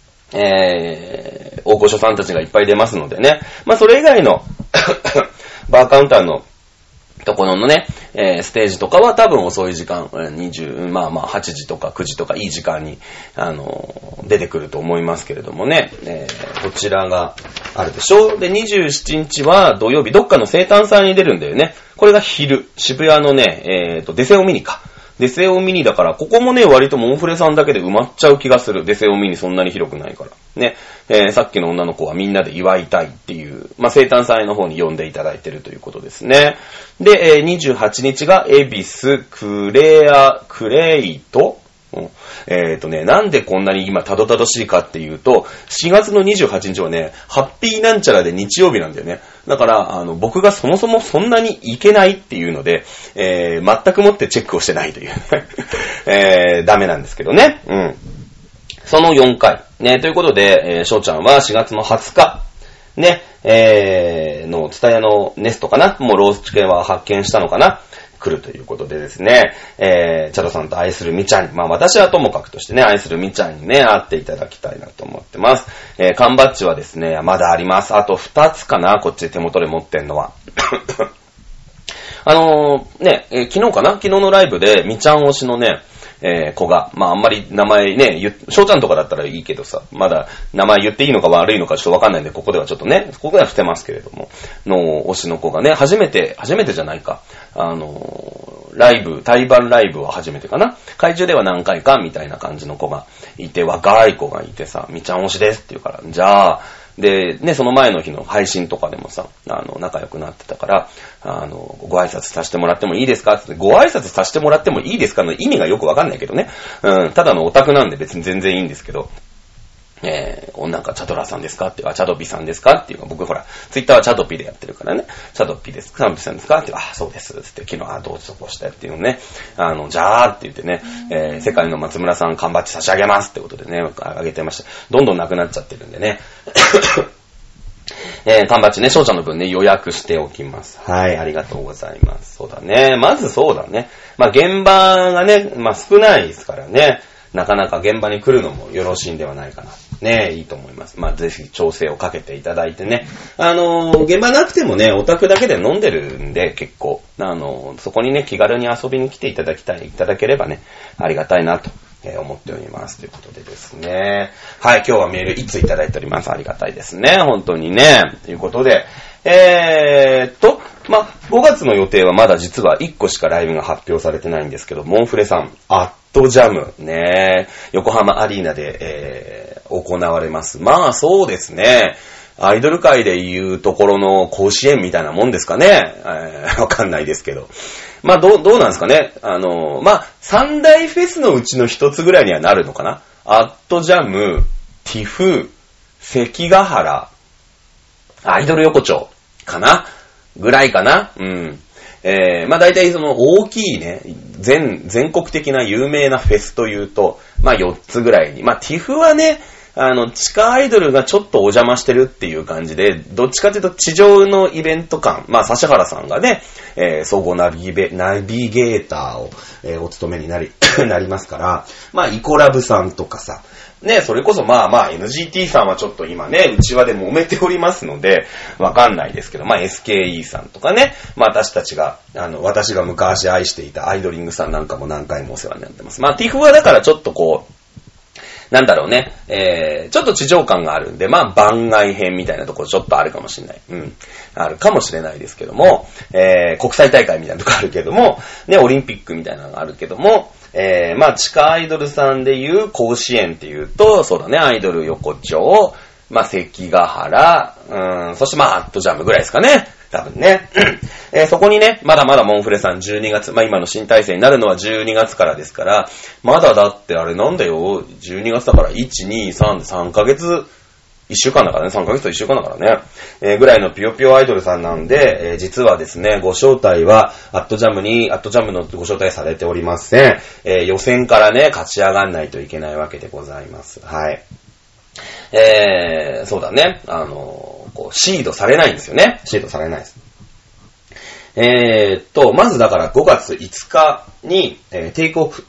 大御所さんたちがいっぱい出ますのでね。まあそれ以外のバーカウンターのところのね、ステージとかは多分遅い時間、まあ8時とか9時とかいい時間に、出てくると思いますけれどもね、こちらがあるでしょ。で、27日は土曜日、どっかの生誕祭に出るんだよね。これが昼、渋谷のね、デセオミニか。デセオミニだから、ここもね、割とモンフレさんだけで埋まっちゃう気がする。デセオミニそんなに広くないから。ね。さっきの女の子はみんなで祝いたいっていう、まあ、生誕祭の方に呼んでいただいてるということですね。で、28日がエビス、クレイト、なんでこんなに今たどたどしいかっていうと、4月の28日はね、ハッピーなんちゃらで日曜日なんだよね。だから、僕がそもそもそんなに行けないっていうので、全くもってチェックをしてないという、ダメなんですけどね。うん。その4回。ね、ということで、翔ちゃんは4月の20日、ね、の、ツタヤのネストかな、もうロースチケは発見したのかな、来るということでですね、チャドさんと愛するみちゃんに、まあ私はともかくとしてね、愛するみちゃんにね、会っていただきたいなと思ってます。缶バッジはですね、まだあります。あと2つかな、こっち手元で持ってんのは。ね、昨日かな、昨日のライブでみちゃん推しのね、子が、まああんまり名前ね、翔ちゃんとかだったらいいけどさ、まだ名前言っていいのか悪いのかちょっとわかんないんで、ここではちょっとね、ここでは伏せますけれども、の推しの子がね、初めてじゃないか、ライブ、対バンライブは初めてかな、会中では何回かみたいな感じの子がいて、若い子がいてさ、みちゃん推しですって言うから、じゃあ、で、ね、その前の日の配信とかでもさ、仲良くなってたから、ご挨拶させてもらってもいいですかって、ご挨拶させてもらってもいいですかの意味がよくわかんないけどね。ただのオタクなんで別に全然いいんですけど、なんかチャドラさんですかって、チャドピさんですかっていうか、僕ほら、ツイッターはチャドピでやってるからね、チャドピですか、チャドピさんですかって、そうですって、昨日、どうぞこうしてっていうのね、じゃーって言ってね、世界の松村さん缶バッジ差し上げますってことでね、あげてました。どんどんなくなっちゃってるんでね。缶バッジね、翔ちゃんの分ね、予約しておきます。はい、ありがとうございます。そうだね。まずそうだね。まあ、現場がね、まあ、少ないですからね、なかなか現場に来るのもよろしいんではないかな。ね、いいと思います。まあ、ぜひ調整をかけていただいてね。現場なくてもね、オタクだけで飲んでるんで、結構。そこにね、気軽に遊びに来ていただければね、ありがたいなと。思っております。ということでですね。はい、今日はメール1ついただいております。ありがたいですね。本当にね。ということで、まあ、5月の予定はまだ実は1個しかライブが発表されてないんですけど、モンフレさん、アットジャム、ね、横浜アリーナで、行われます。まあ、そうですね。アイドル界でいうところの甲子園みたいなもんですかね。わかんないですけど。まあ、どうなんですかね。まあ、三大フェスのうちの一つぐらいにはなるのかな。 アットジャム、ティフ、関ヶ原、アイドル横丁かなぐらいかな。まあ大体その大きいね、全国的な有名なフェスというと、まあ4つぐらいに。まあティフはね、地下アイドルがちょっとお邪魔してるっていう感じで、どっちかというと地上のイベント感、まあ指原さんがね、総合ナビゲーターを、お務めになりますから、まあイコラブさんとかさ、ね、それこそまあ NGT さんはちょっと今ね、内輪で揉めておりますので、わかんないですけど、まあ SKE さんとかね、まあ私が昔愛していたアイドリングさんなんかも何回もお世話になってます。まあ TIFF はだからちょっとこう、なんだろうね、ちょっと地上感があるんで、まあ番外編みたいなところちょっとあるかもしれない。あるかもしれないですけども、国際大会みたいなとこあるけども、ね、オリンピックみたいなのがあるけども、まあ地下アイドルさんでいう甲子園っていうと、そうだね、アイドル横丁、まあ関ヶ原、そしてまあアットジャムぐらいですかね。多分ね。そこにね、まだまだモンフレさん12月、まあ今の新体制になるのは12月からですから、まだだってあれなんだよ、12月だから1、2、3ヶ月、1週間だからね、3ヶ月と1週間だからね、ぐらいのピヨピヨアイドルさんなんで、実はですね、ご招待は、アットジャムのご招待されておりません。予選からね、勝ち上がんないといけないわけでございます。はい。そうだね、シードされないんですよね。シードされないです。まずだから5月5日に、テイクオフ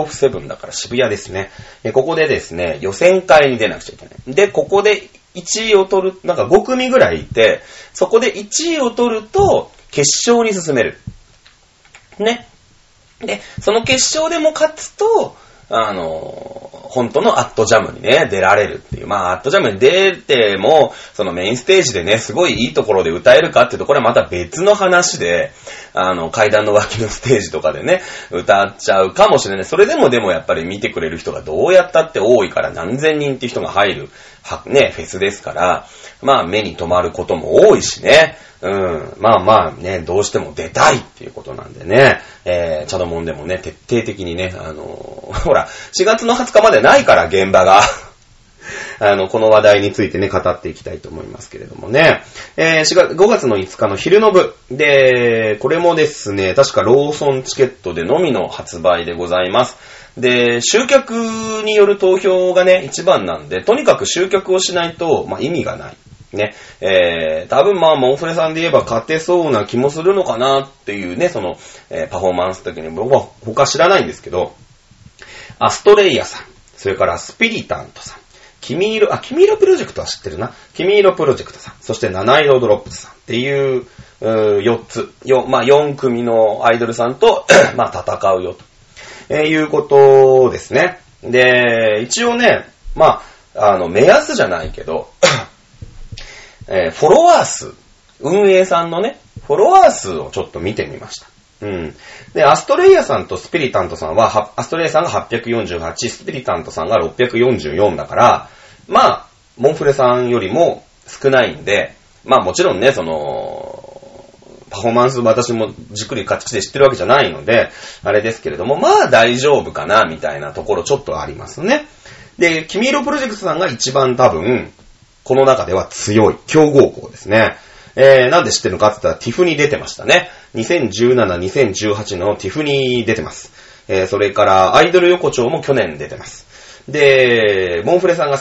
7だから渋谷ですね。ここでですね、予選会に出なくちゃいけない。で、ここで1位を取る、なんか5組ぐらいいて、そこで1位を取ると、決勝に進める。ね。で、その決勝でも勝つと、本当のアットジャムにね、出られるっていう。まあ、アットジャムに出ても、そのメインステージでね、すごいいいところで歌えるかっていうと、これはまた別の話で、階段の脇のステージとかでね、歌っちゃうかもしれない。それでもやっぱり見てくれる人がどうやったって多いから、何千人っていう人が入る、ね、フェスですから、まあ、目に留まることも多いしね。まあね、どうしても出たいっていうことなんでね、チャドモンでもね、徹底的にね、ほら、4月の20日までないから、現場が。この話題についてね、語っていきたいと思いますけれどもね。5月の5日の昼の部。で、これもですね、確かローソンチケットでのみの発売でございます。で、集客による投票がね、一番なんで、とにかく集客をしないと、まあ、意味がない。ね。多分まあ、モンフレさんで言えば勝てそうな気もするのかなっていうね、その、パフォーマンス的に僕は他知らないんですけど、アストレイヤさん、それからスピリタントさん、君色プロジェクトは知ってるな。君色プロジェクトさん、そして七色ドロップスさんっていう、4つ、まあ4組のアイドルさんと、まあ戦うよと、いうことですね。で、一応ね、まあ、目安じゃないけど、フォロワー数、運営さんのね、フォロワー数をちょっと見てみました。で、アストレイヤさんとスピリタントさんは、アストレイヤさんが848、スピリタントさんが644だから、まあ、モンフレさんよりも少ないんで、まあもちろんね、その、パフォーマンス私もじっくり勝ちで知ってるわけじゃないので、あれですけれども、まあ大丈夫かな、みたいなところちょっとありますね。で、君色プロジェクトさんが一番多分、この中では強い、強豪校ですね。なんで知ってるのかって言ったら、ティフに出てましたね。2017、2018のティフに出てます。それから、アイドル横丁も去年出てます。で、モンフレさんが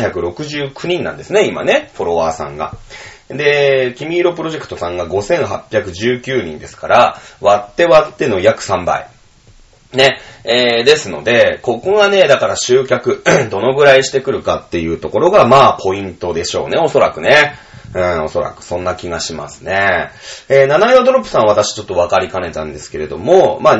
1769人なんですね、今ね、フォロワーさんが。で、君色プロジェクトさんが5819人ですから、割っての約3倍。ね、ですので、ここがね、だから集客、どのぐらいしてくるかっていうところが、まあ、ポイントでしょうね、おそらくね。おそらくそんな気がしますね。七色ドロップさんは私ちょっと分かりかねたんですけれども、まあ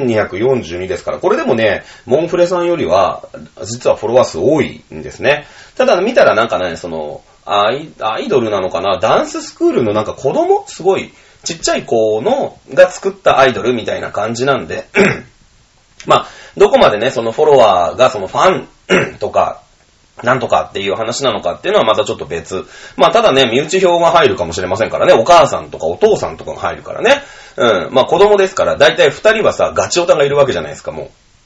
2242ですから、これでもね、モンフレさんよりは、実はフォロワー数多いんですね。ただ見たらなんかね、その、アイドルなのかな、ダンススクールのなんか子供すごい、ちっちゃい子が作ったアイドルみたいな感じなんで、まあ、どこまでね、そのフォロワーがそのファンとか、なんとかっていう話なのかっていうのはまたちょっと別。まあただね、身内票が入るかもしれませんからね。お母さんとかお父さんとかが入るからね。まあ子供ですから、だいたい2人はさ、ガチオタがいるわけじゃないですか、も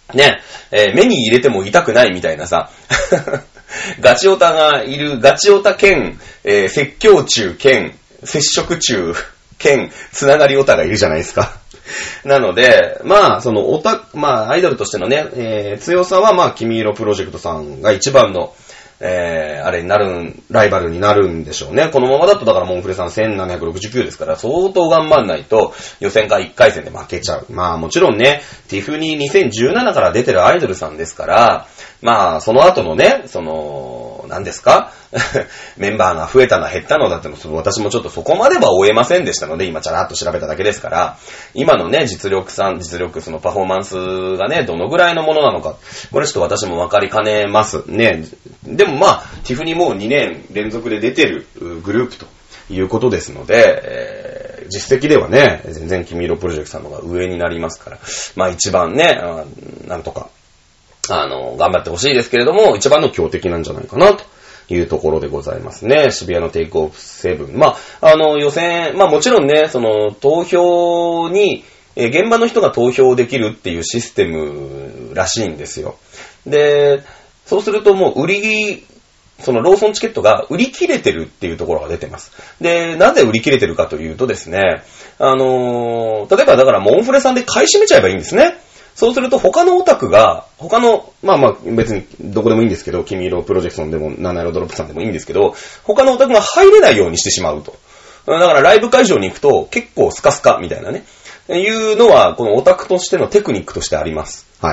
ね、目に入れても痛くないみたいなさ、ガチオタがいる、ガチオタ兼、説教中兼、接触中兼、つながりオタがいるじゃないですか。なので、まあ、そのアイドルとしてのね、強さは、まあ、君色プロジェクトさんが一番の、あれになる、ライバルになるんでしょうね。このままだと、だからモンフレさん1769ですから、相当頑張んないと、予選会1回戦で負けちゃう。まあ、もちろんね、ティフニー2017から出てるアイドルさんですから、まあ、その後のね、何ですかメンバーが増えたの減ったのだっても、私もちょっとそこまでは追えませんでしたので、今チャラッと調べただけですから、今のね、実力、そのパフォーマンスがね、どのぐらいのものなのか、これちょっと私も分かりかねますね。でもまあ、ティフにもう2年連続で出てるグループということですので、実績ではね、全然君色プロジェクトさんの方が上になりますから、まあ一番ね、なんとか、頑張ってほしいですけれども、一番の強敵なんじゃないかなというところでございますね。渋谷のテイクオフ7。まあ、予選、まあもちろんね、投票に、現場の人が投票できるっていうシステムらしいんですよ。で、そうするともうローソンチケットが売り切れてるっていうところが出てます。で、なぜ売り切れてるかというとですね、例えばだからモンフレさんで買い占めちゃえばいいんですね。そうすると他のオタクが、まあ別にどこでもいいんですけど、君色プロジェクションでも七色ドロップさんでもいいんですけど、他のオタクが入れないようにしてしまうと。だからライブ会場に行くと結構スカスカみたいなね、いうのはこのオタクとしてのテクニックとしてあります。はい。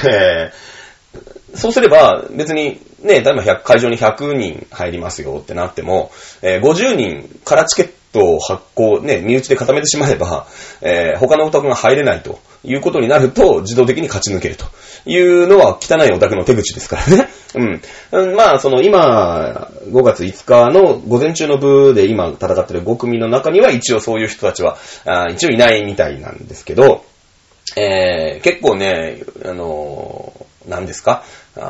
そうすれば別にね、例えば会場に100人入りますよってなっても、50人からチケットを発行、ね、身内で固めてしまえば、他のオタクが入れないということになると自動的に勝ち抜けるというのは汚いオタクの手口ですからね。うん。まあ、今、5月5日の午前中の部で今戦ってる5組の中には一応そういう人たちは、一応いないみたいなんですけど、結構ね、何ですか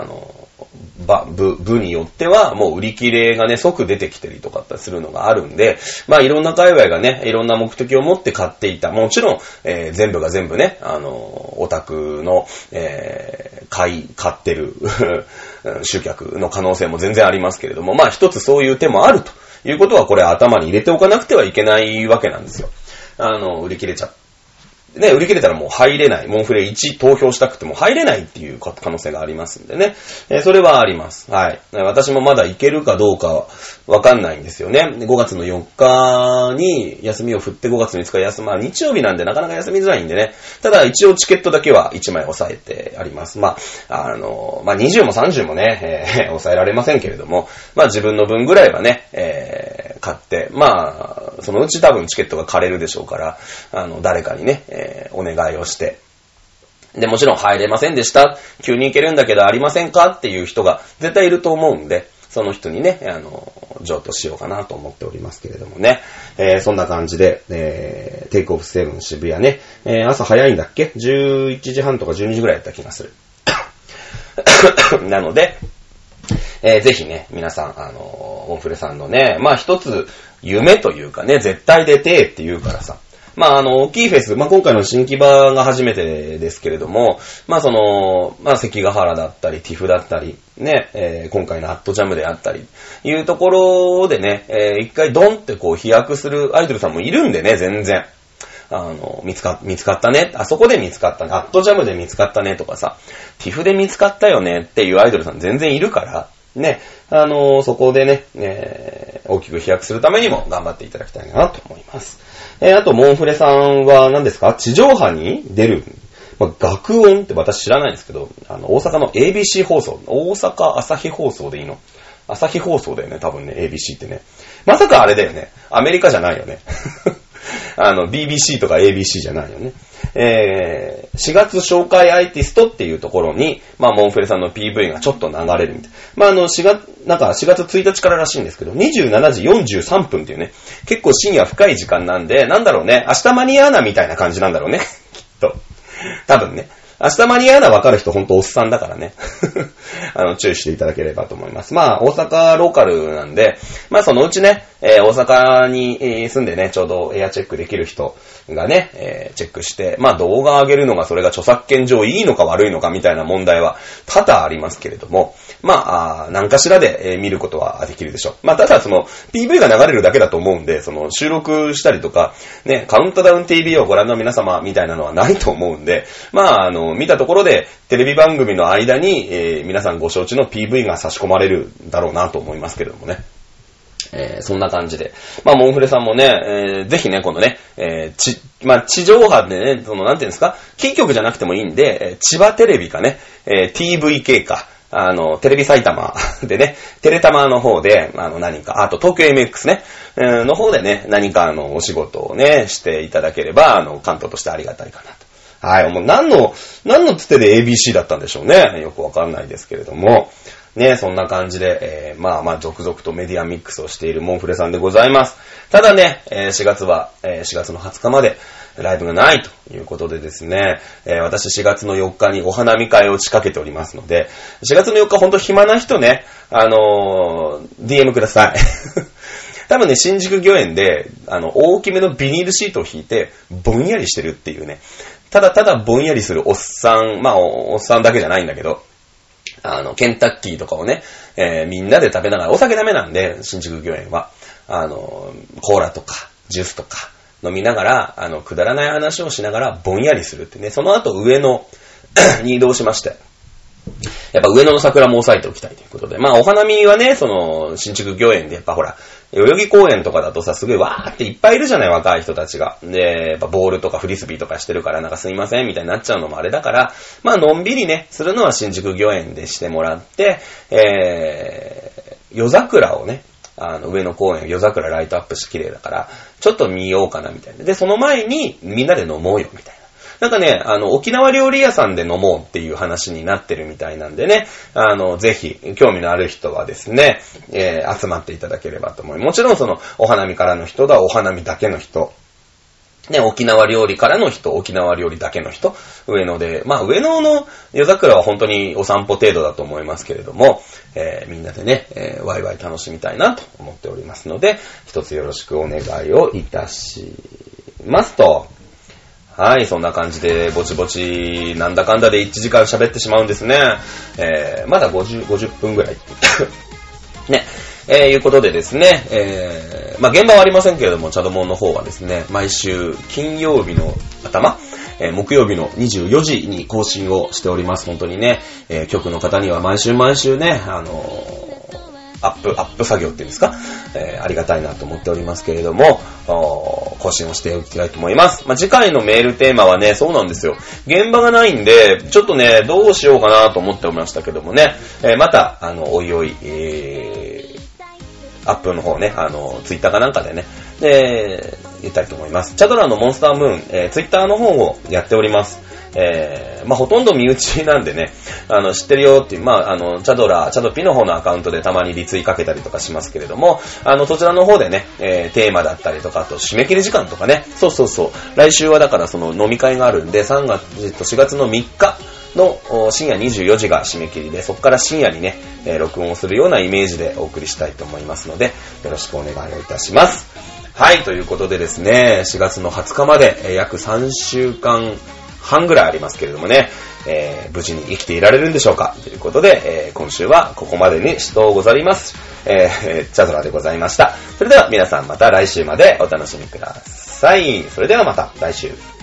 部によってはもう売り切れがね即出てきてりとかするのがあるんで、まあいろんな界隈がねいろんな目的を持って買っていた。もちろん、全部が全部ねオタクの、買ってる集客の可能性も全然ありますけれども、まあ一つそういう手もあるということはこれ頭に入れておかなくてはいけないわけなんですよ。売り切れちゃってね、売り切れたらもう入れない。モンフレ1投票したくても入れないっていう可能性がありますんでね。それはあります。はい。私もまだ行けるかどうかはわかんないんですよね。5月の4日に休みを振って5月の5日日曜日なんでなかなか休みづらいんでね。ただ一応チケットだけは1枚押さえてあります。まあ、20も30もね、抑えられませんけれども、まあ自分の分ぐらいはね、買って、まあ、そのうち多分チケットが枯れるでしょうから、誰かにね、お願いをして、で、もちろん入れませんでした。急に行けるんだけどありませんかっていう人が絶対いると思うんで、その人にね、譲渡しようかなと思っておりますけれどもね。そんな感じで、テイクオフ7渋谷ね、朝早いんだっけ ?11 時半とか12時ぐらいやった気がする。なので、ぜひね、皆さん、モンフレさんのね、まあ一つ夢というかね、絶対出てって言うからさ、まあ大きいフェス、まあ今回の新木場が初めてですけれども、まあまあ関ヶ原だったり、ティフだったり、ね、今回のアットジャムであったり、いうところでね、一回ドンってこう飛躍するアイドルさんもいるんでね、全然。見つかったね。あそこで見つかったね。アットジャムで見つかったねとかさ、ティフで見つかったよねっていうアイドルさん全然いるから、ね、そこでね、大きく飛躍するためにも頑張っていただきたいなと思います。あと、モンフレさんは何ですか？地上波に出る、まあ、学音って私知らないんですけど、大阪の ABC 放送、大阪朝日放送でいいの？朝日放送だよね、多分ね、ABC ってね。まさかあれだよね。アメリカじゃないよね。BBC とか ABC じゃないよね。4月紹介アーティストっていうところに、まあ、モンフレさんの PV がちょっと流れるみたいな。まあ、4月1日かららしいんですけど、27時43分っていうね、結構深夜深い時間なんで、なんだろうね、明日間に合わなみたいな感じなんだろうね。きっと。多分ね。 明日間に合うのは分かる人ほんとおっさんだからね。注意していただければと思います。まあ、大阪ローカルなんで、まあそのうちね、大阪に住んでね、ちょうどエアチェックできる人がね、チェックして、まあ動画上げるのがそれが著作権上いいのか悪いのかみたいな問題は多々ありますけれども、まあ、何かしらで見ることはできるでしょう。まあ、ただその PV が流れるだけだと思うんで、その収録したりとか、ね、カウントダウン TV をご覧の皆様みたいなのはないと思うんで、まあ、見たところでテレビ番組の間に、皆さんご承知の PV が差し込まれるだろうなと思いますけれどもね。そんな感じで。まあ、モンフレさんもね、ぜひね、今度ね、地上波でね、なんていうんですか、キー局じゃなくてもいいんで、千葉テレビかね、TVK か、テレビ埼玉でね、テレタマの方で、何か、あと東京 MX ね、の方でね、何かお仕事をね、していただければ、関東としてありがたいかなと。はい、もう何のつてで ABC だったんでしょうね。よくわかんないですけれども。ね、そんな感じで、まあ、続々とメディアミックスをしているモンフレさんでございます。ただね、4月は、4月の20日までライブがないということでですね、私4月の4日にお花見会を仕掛けておりますので、4月の4日ほんと暇な人ね、DM ください。多分ね、新宿御苑で、大きめのビニールシートを引いて、ぼんやりしてるっていうね、ただただぼんやりするおっさん、まあ、おっさんだけじゃないんだけど、ケンタッキーとかをね、みんなで食べながら、お酒ダメなんで、新宿御苑は、コーラとか、ジュースとか飲みながら、くだらない話をしながらぼんやりするってね、その後上野に移動しまして、やっぱ上野の桜も押さえておきたいということで、まあお花見はね、新宿御苑でやっぱほら、代々木公園とかだとさ、すごいわーっていっぱいいるじゃない、若い人たちが。で、やっぱボールとかフリスビーとかしてるから、なんかすいませんみたいになっちゃうのもあれだから、まあのんびりね、するのは新宿御苑でしてもらって、夜桜をね、上野公園夜桜ライトアップして綺麗だから、ちょっと見ようかなみたいな。で、その前にみんなで飲もうよみたいな。なんかね、沖縄料理屋さんで飲もうっていう話になってるみたいなんでね、ぜひ、興味のある人はですね、集まっていただければと思います。もちろんお花見からの人だ、お花見だけの人、ね、沖縄料理からの人、沖縄料理だけの人、上野で、まあ上野の夜桜は本当にお散歩程度だと思いますけれども、みんなでね、ワイワイ楽しみたいなと思っておりますので、一つよろしくお願いをいたしますと。はい、そんな感じで、ぼちぼち、なんだかんだで1時間喋ってしまうんですね。まだ50分ぐらい。ね。いうことでですね、まあ、現場はありませんけれども、チャドモンの方はですね、毎週金曜日の頭、木曜日の24時に更新をしております。本当にね、局の方には毎週ね、アップ作業っていうんですか、ありがたいなと思っておりますけれども、更新をしておきたいと思います。まあ、次回のメールテーマはね、そうなんですよ。現場がないんで、ちょっとね、どうしようかなと思っておりましたけどもね、また、おいおい、アップの方ね、ツイッターかなんかでね、言いたいと思います。チャドラのモンスタームーン、ツイッターの方をやっております。まあ、ほとんど身内なんでね、知ってるよっていう、まあ、チャドピの方のアカウントでたまにリツイかけたりとかしますけれども、そちらの方でね、テーマだったりとか、あと締め切り時間とかね、そう。来週はだからその飲み会があるんで、4月の3日の深夜24時が締め切りで、そこから深夜にね、録音をするようなイメージでお送りしたいと思いますので、よろしくお願いをいたします。はい、ということでですね、4月の20日まで、約3週間半ぐらいありますけれどもね、無事に生きていられるんでしょうかということで、今週はここまでにしとうございます。チャドラでございました。それでは皆さんまた来週までお楽しみください。それではまた来週。